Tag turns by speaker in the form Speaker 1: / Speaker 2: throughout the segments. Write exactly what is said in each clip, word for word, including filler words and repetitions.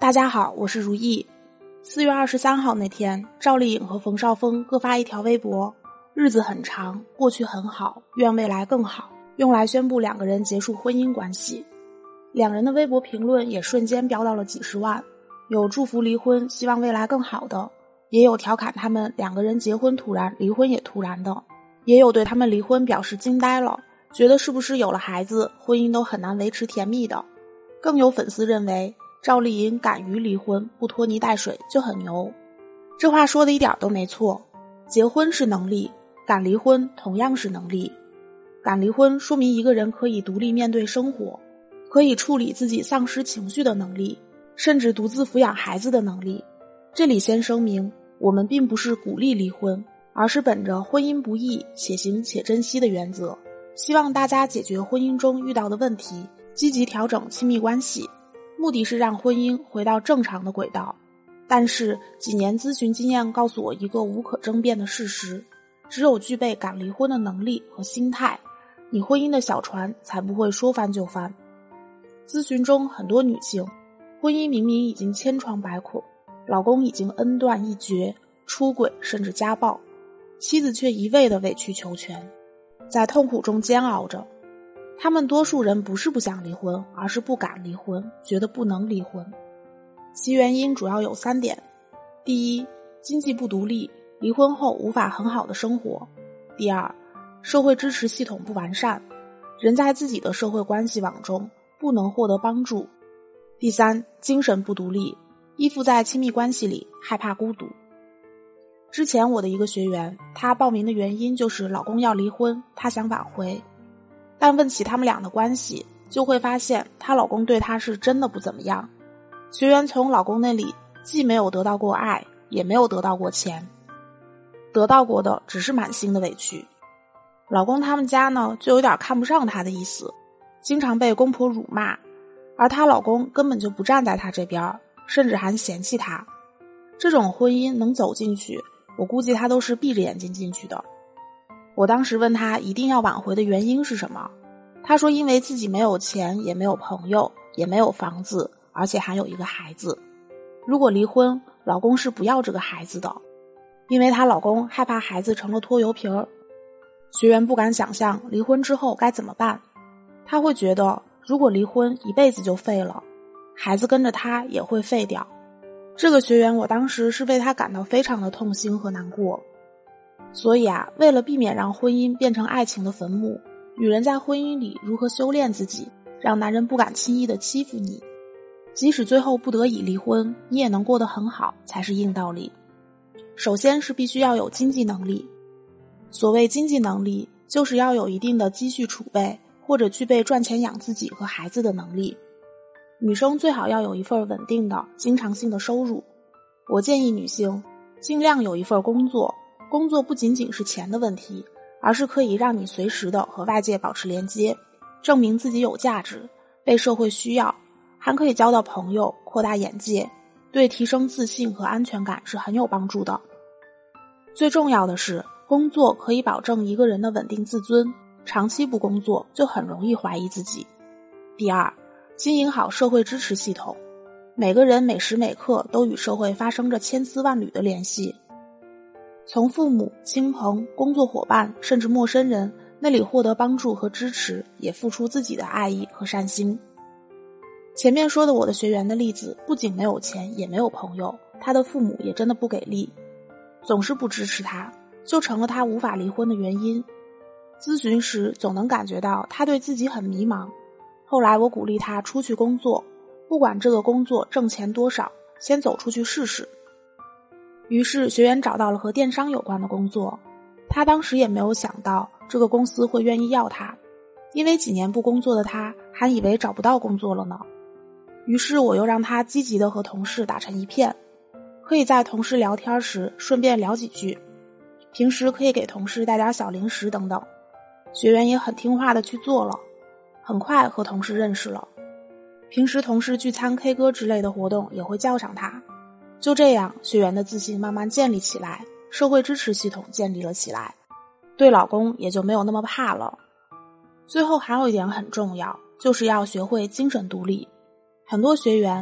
Speaker 1: 大家好，我是如意。四月二十三号那天，赵丽颖和冯绍峰各发一条微博，日子很长，过去很好，愿未来更好，用来宣布两个人结束婚姻关系。两人的微博评论也瞬间飙到了几十万，有祝福离婚，希望未来更好的，也有调侃他们两个人结婚突然，离婚也突然的，也有对他们离婚表示惊呆了，觉得是不是有了孩子，婚姻都很难维持甜蜜的。更有粉丝认为赵丽颖敢于离婚，不拖泥带水就很牛。这话说的一点都没错，结婚是能力，敢离婚同样是能力。敢离婚说明一个人可以独立面对生活，可以处理自己丧失情绪的能力，甚至独自抚养孩子的能力。这里先声明，我们并不是鼓励离婚，而是本着婚姻不易，且行且珍惜的原则，希望大家解决婚姻中遇到的问题，积极调整亲密关系，目的是让婚姻回到正常的轨道。但是几年咨询经验告诉我一个无可争辩的事实，只有具备敢离婚的能力和心态，你婚姻的小船才不会说翻就翻。咨询中很多女性，婚姻明明已经千疮百孔，老公已经恩断义绝，出轨甚至家暴，妻子却一味地委曲求全，在痛苦中煎熬着。他们多数人不是不想离婚，而是不敢离婚，觉得不能离婚。其原因主要有三点：第一，经济不独立，离婚后无法很好的生活；第二，社会支持系统不完善，人在自己的社会关系网中不能获得帮助；第三，精神不独立，依附在亲密关系里，害怕孤独。之前我的一个学员，她报名的原因就是老公要离婚，她想挽回。但问起他们俩的关系，就会发现她老公对她是真的不怎么样。学员从老公那里既没有得到过爱，也没有得到过钱，得到过的只是满心的委屈。老公他们家呢，就有点看不上她的意思，经常被公婆辱骂，而她老公根本就不站在她这边，甚至还嫌弃她。这种婚姻能走进去，我估计她都是闭着眼睛进去的。我当时问他一定要挽回的原因是什么，他说因为自己没有钱，也没有朋友，也没有房子，而且还有一个孩子。如果离婚，老公是不要这个孩子的，因为她老公害怕孩子成了拖油瓶儿。学员不敢想象离婚之后该怎么办，他会觉得如果离婚一辈子就废了，孩子跟着他也会废掉。这个学员我当时是为他感到非常的痛心和难过。所以啊，为了避免让婚姻变成爱情的坟墓，女人在婚姻里如何修炼自己，让男人不敢轻易的欺负你，即使最后不得已离婚，你也能过得很好，才是硬道理。首先是必须要有经济能力。所谓经济能力，就是要有一定的积蓄储备，或者具备赚钱养自己和孩子的能力。女生最好要有一份稳定的经常性的收入。我建议女性尽量有一份工作，工作不仅仅是钱的问题，而是可以让你随时的和外界保持连接，证明自己有价值，被社会需要，还可以交到朋友，扩大眼界，对提升自信和安全感是很有帮助的。最重要的是，工作可以保证一个人的稳定自尊，长期不工作就很容易怀疑自己。第二，经营好社会支持系统。每个人每时每刻都与社会发生着千丝万缕的联系，从父母、亲朋、工作伙伴甚至陌生人那里获得帮助和支持，也付出自己的爱意和善心。前面说的我的学员的例子，不仅没有钱，也没有朋友，他的父母也真的不给力，总是不支持他，就成了他无法离婚的原因。咨询时总能感觉到他对自己很迷茫，后来我鼓励他出去工作，不管这个工作挣钱多少，先走出去试试。于是学员找到了和电商有关的工作，他当时也没有想到这个公司会愿意要他，因为几年不工作的他还以为找不到工作了呢。于是我又让他积极的和同事打成一片，可以在同事聊天时顺便聊几句，平时可以给同事带点小零食等等。学员也很听话的去做了，很快和同事认识了，平时同事聚餐 K 歌之类的活动也会叫上他。就这样，学员的自信慢慢建立起来，社会支持系统建立了起来，对老公也就没有那么怕了。最后还有一点很重要，就是要学会精神独立。很多学员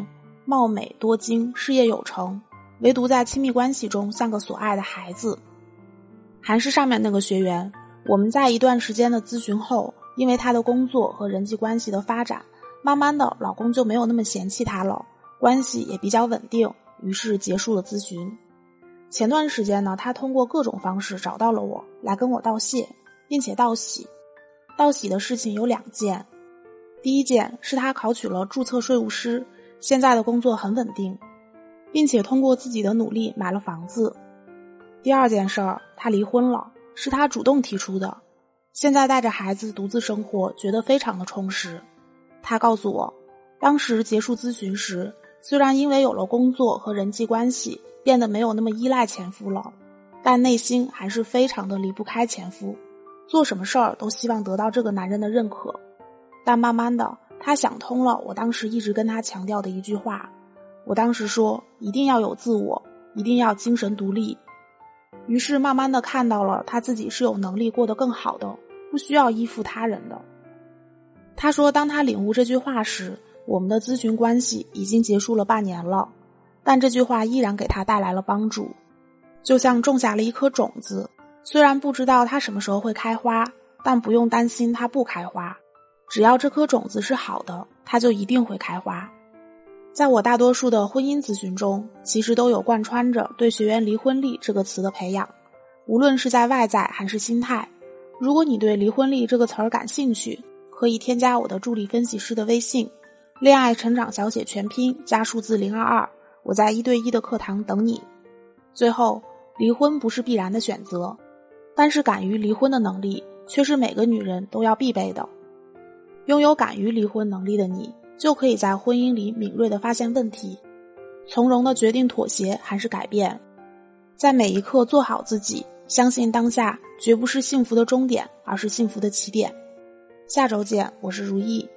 Speaker 1: 貌美多金，事业有成，唯独在亲密关系中像个所爱的孩子。还是上面那个学员，我们在一段时间的咨询后，因为她的工作和人际关系的发展，慢慢的老公就没有那么嫌弃她了，关系也比较稳定，于是结束了咨询。前段时间呢，她通过各种方式找到了我，来跟我道谢，并且道喜。道喜的事情有两件，第一件是她考取了注册税务师，现在的工作很稳定，并且通过自己的努力买了房子。第二件事儿，她离婚了，是她主动提出的，现在带着孩子独自生活，觉得非常的充实。她告诉我，当时结束咨询时，虽然因为有了工作和人际关系变得没有那么依赖前夫了，但内心还是非常的离不开前夫，做什么事儿都希望得到这个男人的认可。但慢慢的，她想通了我当时一直跟她强调的一句话，我当时说一定要有自我，一定要精神独立。于是慢慢的看到了她自己是有能力过得更好的，不需要依附他人的。她说当她领悟这句话时，我们的咨询关系已经结束了半年了，但这句话依然给她带来了帮助，就像种下了一颗种子，虽然不知道它什么时候会开花，但不用担心它不开花，只要这颗种子是好的，它就一定会开花。在我大多数的婚姻咨询中，其实都有贯穿着对学员离婚力这个词的培养，无论是在外在还是心态。如果你对离婚力这个词儿感兴趣，可以添加我的助理分析师的微信，恋爱成长小写全拼加数字零二二，我在一对一的课堂等你。最后，离婚不是必然的选择，但是敢于离婚的能力却是每个女人都要必备的。拥有敢于离婚能力的你，就可以在婚姻里敏锐地发现问题，从容地决定妥协还是改变，在每一刻做好自己，相信当下绝不是幸福的终点，而是幸福的起点。下周见，我是如意。